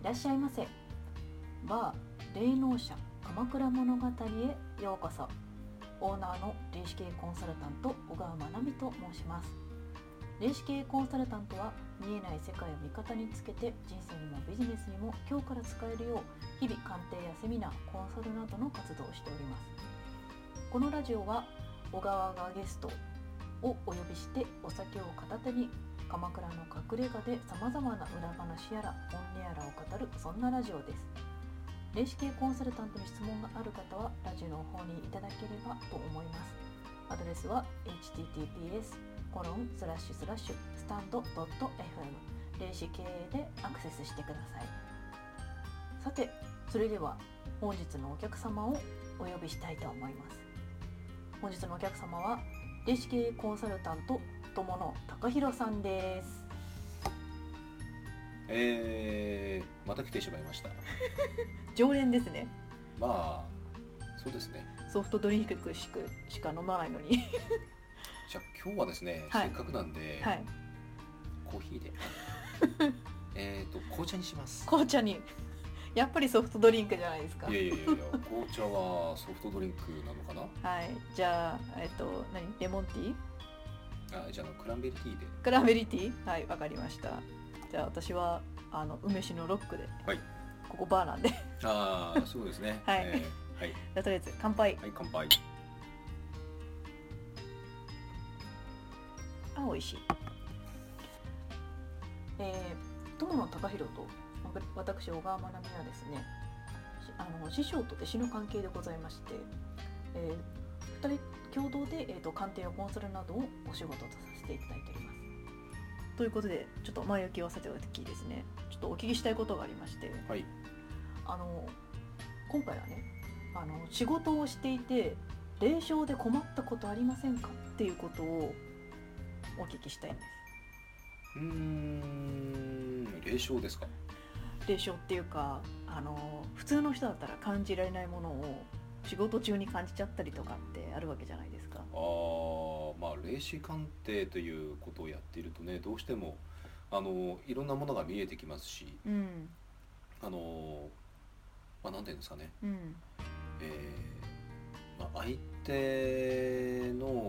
らっしゃいませ。バー霊能者鎌倉物語へようこそ。オーナーの霊視系コンサルタント小川まなみと申します。霊視系コンサルタントは見えない世界を味方につけて人生にもビジネスにも今日から使えるよう日々鑑定やセミナー、コンサルなどの活動をしております。このラジオは小川がゲストをお呼びしてお酒を片手に鎌倉の隠れ家でさまざまな裏話やら本音やらを語る、そんなラジオです。霊視系コンサルタントに質問がある方はラジオの方にいただければと思います。アドレスは https://stand.fm 霊視系でアクセスしてください。さて、それでは本日のお客様をお呼びしたいと思います。本日のお客様は霊視系コンサルタント友野貴弘さんです。 また来てしまいました。 常連ですね。 まあそうですね。 ソフトドリンクしか飲まないのにじゃあ今日はですね、 はい、 せっかくなんで、 はい、 コーヒーで紅茶にします。 紅茶にやっぱりソフトドリンクじゃないですか。 いや紅茶はソフトドリンクなのかな。 はい、じゃあレモンティー？ じゃあクランベリーティーで。 クランベリーティー？はい、わかりました。じゃあ私は梅酒のロックで、 はい、 ここバーなんでそうですねはい、はい、じゃあとりあえず乾杯。 はい、乾杯。 美味しい。友野貴弘と私小川まなみはですね、師匠と弟子の関係でございまして、2人共同で、鑑定やコンサルなどをお仕事とさせていただいております。ということで、ちょっと前置きをさせておきですね、ちょっとお聞きしたいことがありまして、 はい、 今回はね、仕事をしていて霊障で困ったことありませんかっていうことをお聞きしたいんです。 霊障ですか？ 霊障っていうか、普通の人だったら感じられないものを仕事中に感じちゃったりとかってあるわけじゃないですか。 霊視鑑定ということをやっているとね、どうしてもいろんなものが見えてきますし、なんていうんですかね、相手の、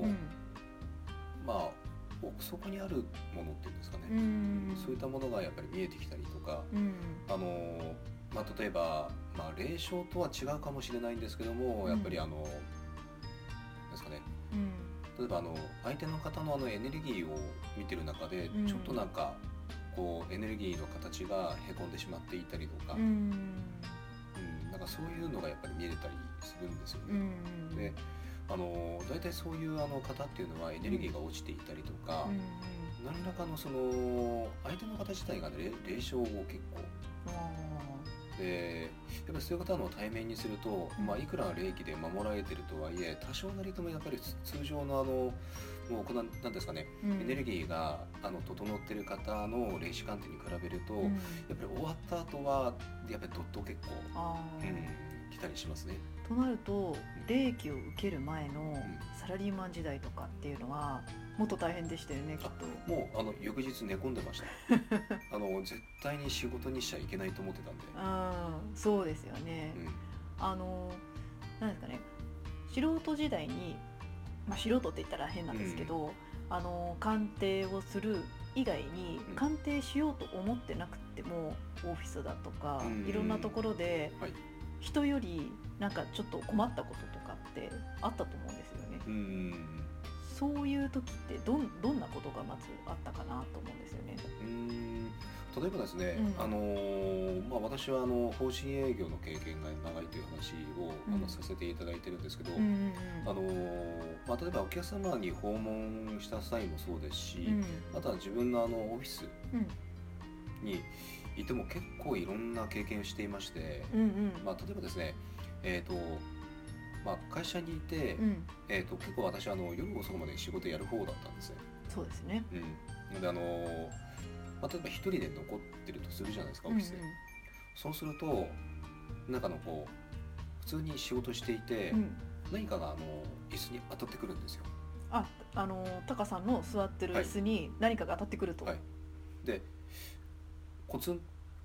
奥底にあるものっていうんですかね、そういったものがやっぱり見えてきたりとか、例えば、霊障とは違うかもしれないんですけども、やっぱりですかね、例えば相手の方のエネルギーを見てる中で、ちょっとなんかこうエネルギーの形がへこんでしまっていたりとか、なんかそういうのがやっぱり見えたりするんですよね。で大体そういう方っていうのはエネルギーが落ちていたりとか、何らかのその相手の方自体が、ね、霊障を結構で、やっぱりそういう方の対面にすると、いくら霊気で守られてるとはいえ、多少なりともやっぱり通常のもうなんですかね、エネルギーが整ってる方の霊視鑑定に比べると、やっぱり終わった後はやっぱりどっと結構来たりしますね。 となると、霊気を受ける前のサラリーマン時代とかっていうのはもっと大変でしたよね、きっと。 もう翌日寝込んでました絶対に仕事にしちゃいけないと思ってたんで。 そうですよね。なんですかね、素人時代に、素人って言ったら変なんですけど、鑑定をする以外に鑑定しようと思ってなくても、オフィスだとかいろんなところで、人よりなんかちょっと困ったこととかってあったと思うんですよね。そういう時ってどんなことがまずあったかなと思うんですよね。 例えばですね、私は法人営業の経験が長いという話を、させていただいてるんですけど、例えばお客様に訪問した際もそうですし、あとは自分のオフィスにいても結構いろんな経験をしていまして、例えばですね、会社にいて、結構私は夜遅くまで仕事やる方だったんですね。 そうですね。 で例えば一人で残ってるとするじゃないですか、オフィスで。そうするとなんか普通に仕事していて、何かが椅子に当たってくるんですよ。 タカさんの座ってる椅子に何かが当たってくると。 でコツンっ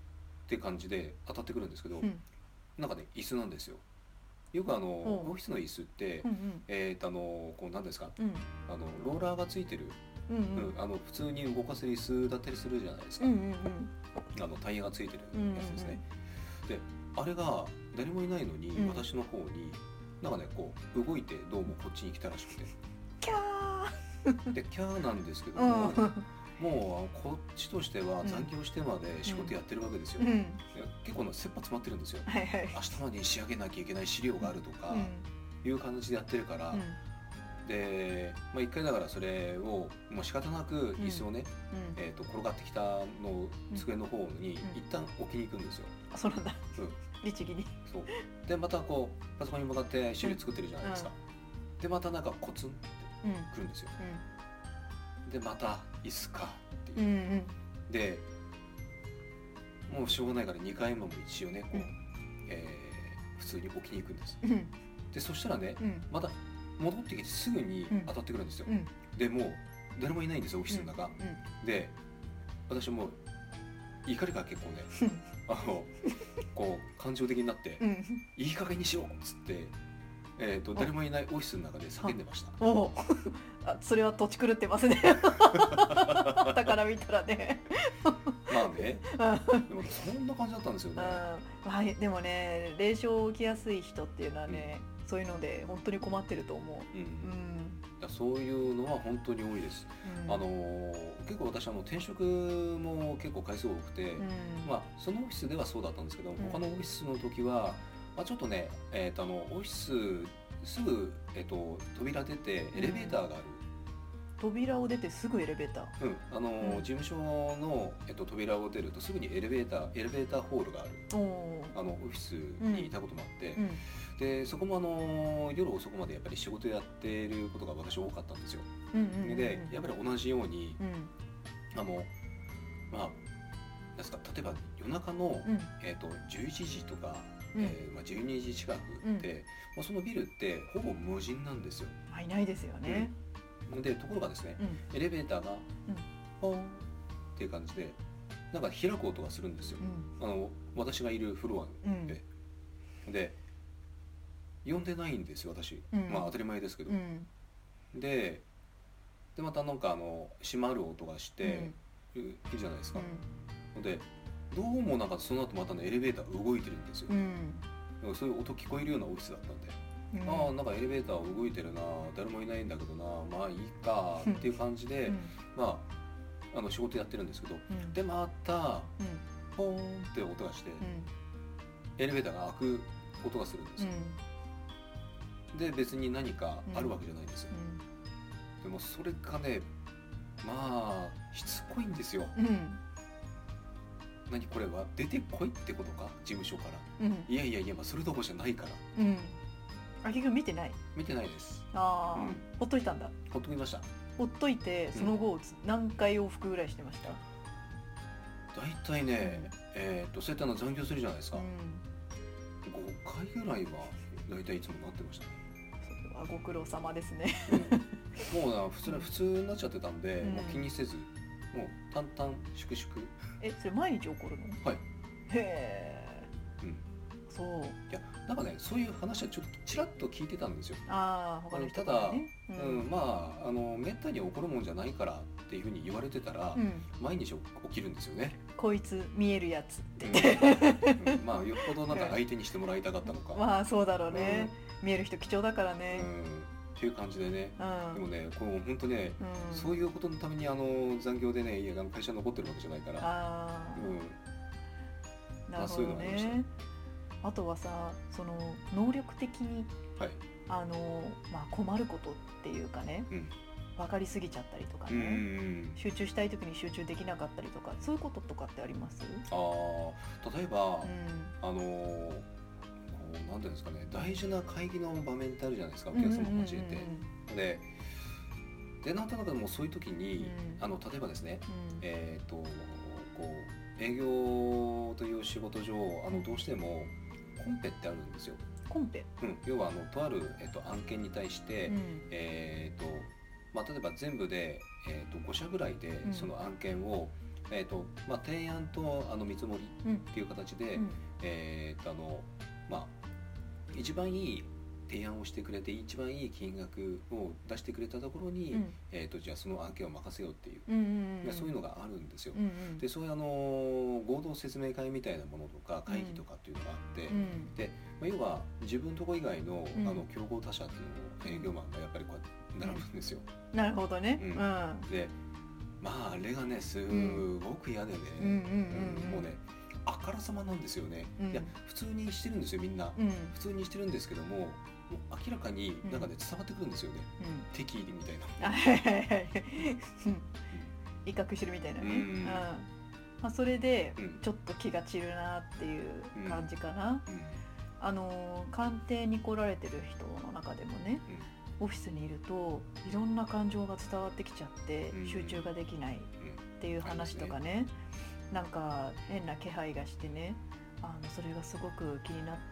って感じで当たってくるんですけど、 うんなんかね椅子なんですよ。よくオフィスの椅子って、こう何ですか、ローラーがついてる、普通に動かせる椅子だったりするじゃないですか、タイヤがついてるやつですね、であれが誰もいないのに、私の方になんかねこう動いてどうもこっちに来たらしくて、 キャーでキャーなんですけども、もうこっちとしては残業してまで仕事やってるわけですよ、結構切羽詰まってるんですよ、明日までに仕上げなきゃいけない資料があるとかいう感じでやってるから、で、一回だからそれをもう仕方なく椅子をね、転がってきたの机の方に一旦置きに行くんですよ。 そうなんだ、律儀に。 そうでまたこうパソコンに向かって資料作ってるじゃないですか、でまたなんかコツンってくるんですよ、でまた椅子かっていう、でもうしょうがないから2回目も一応ねこう、普通に置きに行くんです、でそしたらね、また戻ってきてすぐに当たってくるんですよ、でもう誰もいないんですよオフィスの中、で私も怒りが結構ねこう感情的になって、いい加減にしようっつって、誰もいないオフィスの中で叫んでました。 あ、それは土地狂ってますねだから見たらねまあねでもそんな感じだったんですよね。 でもね、冷笑起きやすい人っていうのはね、そういうので本当に困ってると思う。 そういうのは本当に多いです。結構私転職も結構回数多くて、そのオフィスではそうだったんですけど、他のオフィスの時は、ちょっとね、オフィスすぐ、扉出てエレベーターがある、 扉を出てすぐエレベーター、 事務所の、扉を出るとすぐにエレベーターホールがあるオフィスにいたこともあって、でそこも夜遅くまでやっぱり仕事やっていることが私多かったんですよ。でやっぱり同じように、ですか、例えば夜中の、11時とか、12時近くで、そのビルってほぼ無人なんですよ。 いないですよね。 でところがですね、エレベーターがポーンっていう感じでなんか開く音がするんですよ、私がいるフロアで、で呼んでないんですよ私、当たり前ですけど、でまたなんか閉まる音がしているじゃないですか、でどうもなんかその後またねエレベーター動いてるんですよ、そういう音聞こえるようなオフィスだったんで、なんかエレベーター動いてるな、誰もいないんだけどな、まあいいかっていう感じで、仕事やってるんですけど、でまたポーンって音がして、エレベーターが開く音がするんですよ、で別に何かあるわけじゃないんですよ、でもそれがねしつこいんですよ、何これは出てこいってことか事務所から、いやいやいや、それどころじゃないから、 結局見てないです。 ほっといたんだ。 ほっときました。 ほっといてその後何回往復ぐらいしてました？ 大体ね、そうやって残業するじゃないですか、5回ぐらいは大体いつもなってましたね。 それはご苦労様ですね、 もう普通になっちゃってたんで、もう気にせず、もう淡々粛々。 それ毎日起こるの？ はい。 へえ。そう。 いやなんかね、そういう話はちょっとちらっと聞いてたんですよ。 他の人からね。 めったに起こるもんじゃないからっていうふうに言われてたら、毎日起きるんですよね。 こいつ見えるやつって、 よっぽどなんか相手にしてもらいたかったのか。 そうだろうね、見える人貴重だからね、 っていう感じでね、でもね、こう本当ね、そういうことのために残業でね、会社に残ってるわけじゃないから、そういうのがありましたね。 あとはさ、その能力的に、困ることっていうかね、分かりすぎちゃったりとかね、集中したい時に集中できなかったりとか、そういうこととかってあります？ 例えば、なんていうんですかね、大事な会議の場面ってあるじゃないですか、お客様を交えて、でなんとなくもうそういう時に、例えばですね、こう営業という仕事上、どうしてもコンペってあるんですよ。 コンペ？ 要はとある、案件に対して、例えば全部で、5社ぐらいでその案件を、 提案と見積もりっていう形で、一番いい提案をしてくれて一番いい金額を出してくれたところに、じゃあその案件を任せようっていう、そういうのがあるんですよ。でそういう合同説明会みたいなものとか会議とかっていうのがあって、で要は自分とこ以外の、競合他社っていうのを営業マンがやっぱりこうやって並ぶんですよ。 なるほどね。 であれがねすごく嫌でね、もうねあからさまなんですよね。いや普通にしてるんですよみんな、普通にしてるんですけども明らかになんかね伝わってくるんですよね、敵意みたいな威嚇してるみたいなね。それでちょっと気が散るなっていう感じかな。官邸に来られてる人の中でもね、オフィスにいるといろんな感情が伝わってきちゃって集中ができないっていう話とかね、なんか変な気配がしてね、それがすごく気になって、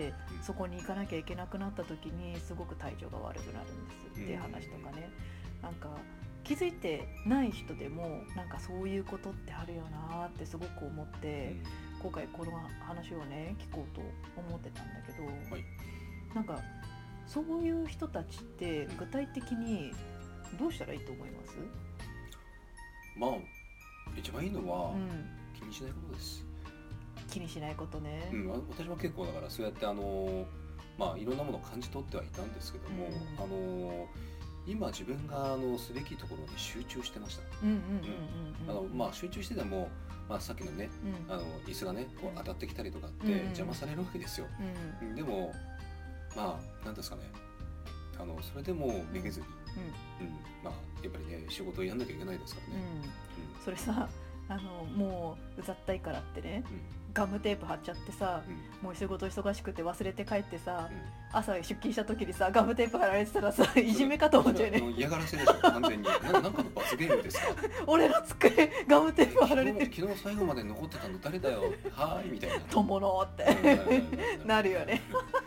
そこに行かなきゃいけなくなった時にすごく体調が悪くなるんですっていう話とかね、なんか気づいてない人でもなんかそういうことってあるよなってすごく思って、今回この話をね聞こうと思ってたんだけど、なんかそういう人たちって具体的にどうしたらいいと思います？ 一番いいのは、気にしないことです。 気にしないことね。 私も結構だからそうやっていろんなものを感じ取ってはいたんですけども、今自分がすべきところに集中してました。集中してても、さっきのね、椅子がねこう当たってきたりとかって邪魔されるわけですよ。でもなんですかね、それでもめげずに、やっぱりね仕事をやんなきゃいけないですからね。 それさ、もううざったいからってね、ガムテープ貼っちゃってさ、もう仕事忙しくて忘れて帰ってさ、朝出勤した時にさガムテープ貼られてたらさ、いじめかと思っちゃうね。 嫌がらせでしょ完全に。なんかの罰ゲームですか。 俺の机ガムテープ貼られてる。 昨日最後まで残ってたの誰だよ。はーいみたいな。 友のってなるよね。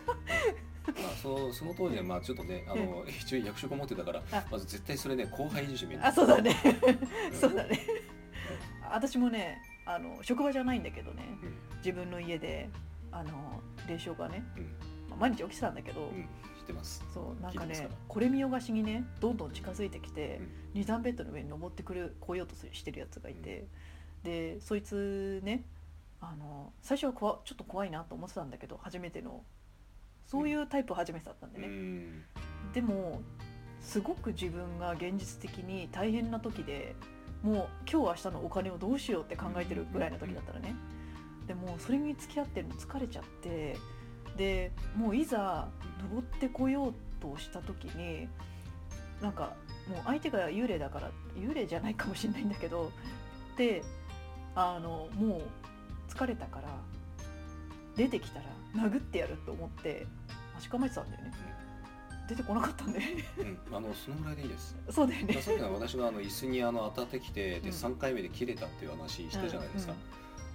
その当時はちょっとね一応役職を持ってたからまず絶対それね後輩いじめ。 そうだね。そうだね。私もね職場じゃないんだけどね、自分の家で霊障がね、毎日起きてたんだけど、 知ってます。 そうなんかねこれ見よがしにねどんどん近づいてきて、2段ベッドの上に登ってこようとしてるやつがいて、でそいつね最初はちょっと怖いなと思ってたんだけど、初めてのそういうタイプ初めてだったんでね、でもすごく自分が現実的に大変な時で、もう今日明日のお金をどうしようって考えてるぐらいの時だったらね、でもそれに付き合ってるの疲れちゃって、でもういざ登ってこようとした時になんかもう相手が幽霊だから、幽霊じゃないかもしれないんだけど、でもう疲れたから出てきたら殴ってやると思って待ち構えてたんだよね。出てこなかったんでそのぐらいでいいです。 そうだよね。 さっきの私が椅子に当たってきて、で3回目で切れたっていう話したじゃないですか。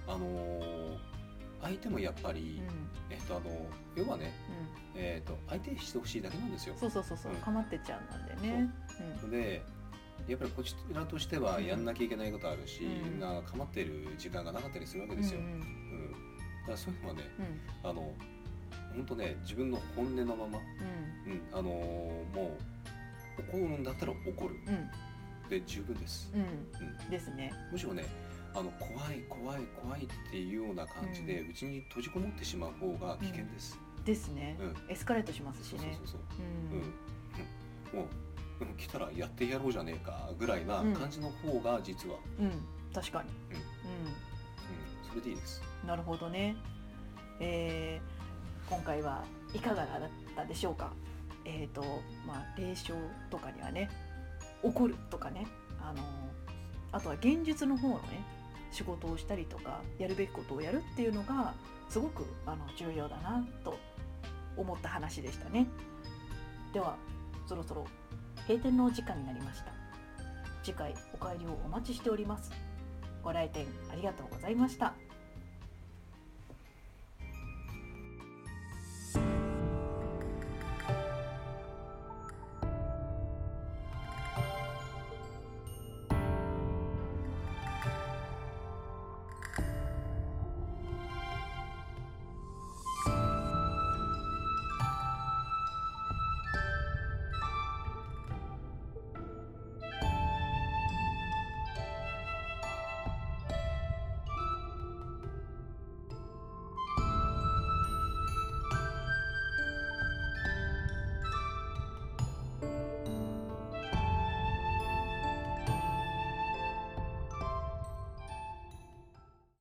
相手もやっぱり、要はね、相手してほしいだけなんですよ。 そうかまってちゃうんなんだよね。 でやっぱりこちらとしてはやんなきゃいけないことあるし、かまってる時間がなかったりするわけですよ。だからそういうのはね、本当ね自分の本音のまま、もう怒るんだったら怒る、で十分です。 ですね。 むしろね怖いっていうような感じでうちに閉じこもってしまう方が危険です。 ですね。エスカレートしますしね。 もう来たらやってやろうじゃねえかぐらいな感じの方が実は、 確かに、 それでいいです。 なるほどね。今回はいかがだったでしょうか。霊障とかにはね怒るとかね、あとは現実の方のね仕事をしたりとかやるべきことをやるっていうのがすごく重要だなと思った話でしたね。ではそろそろ閉店のお時間になりました。次回お帰りをお待ちしております。ご来店ありがとうございました。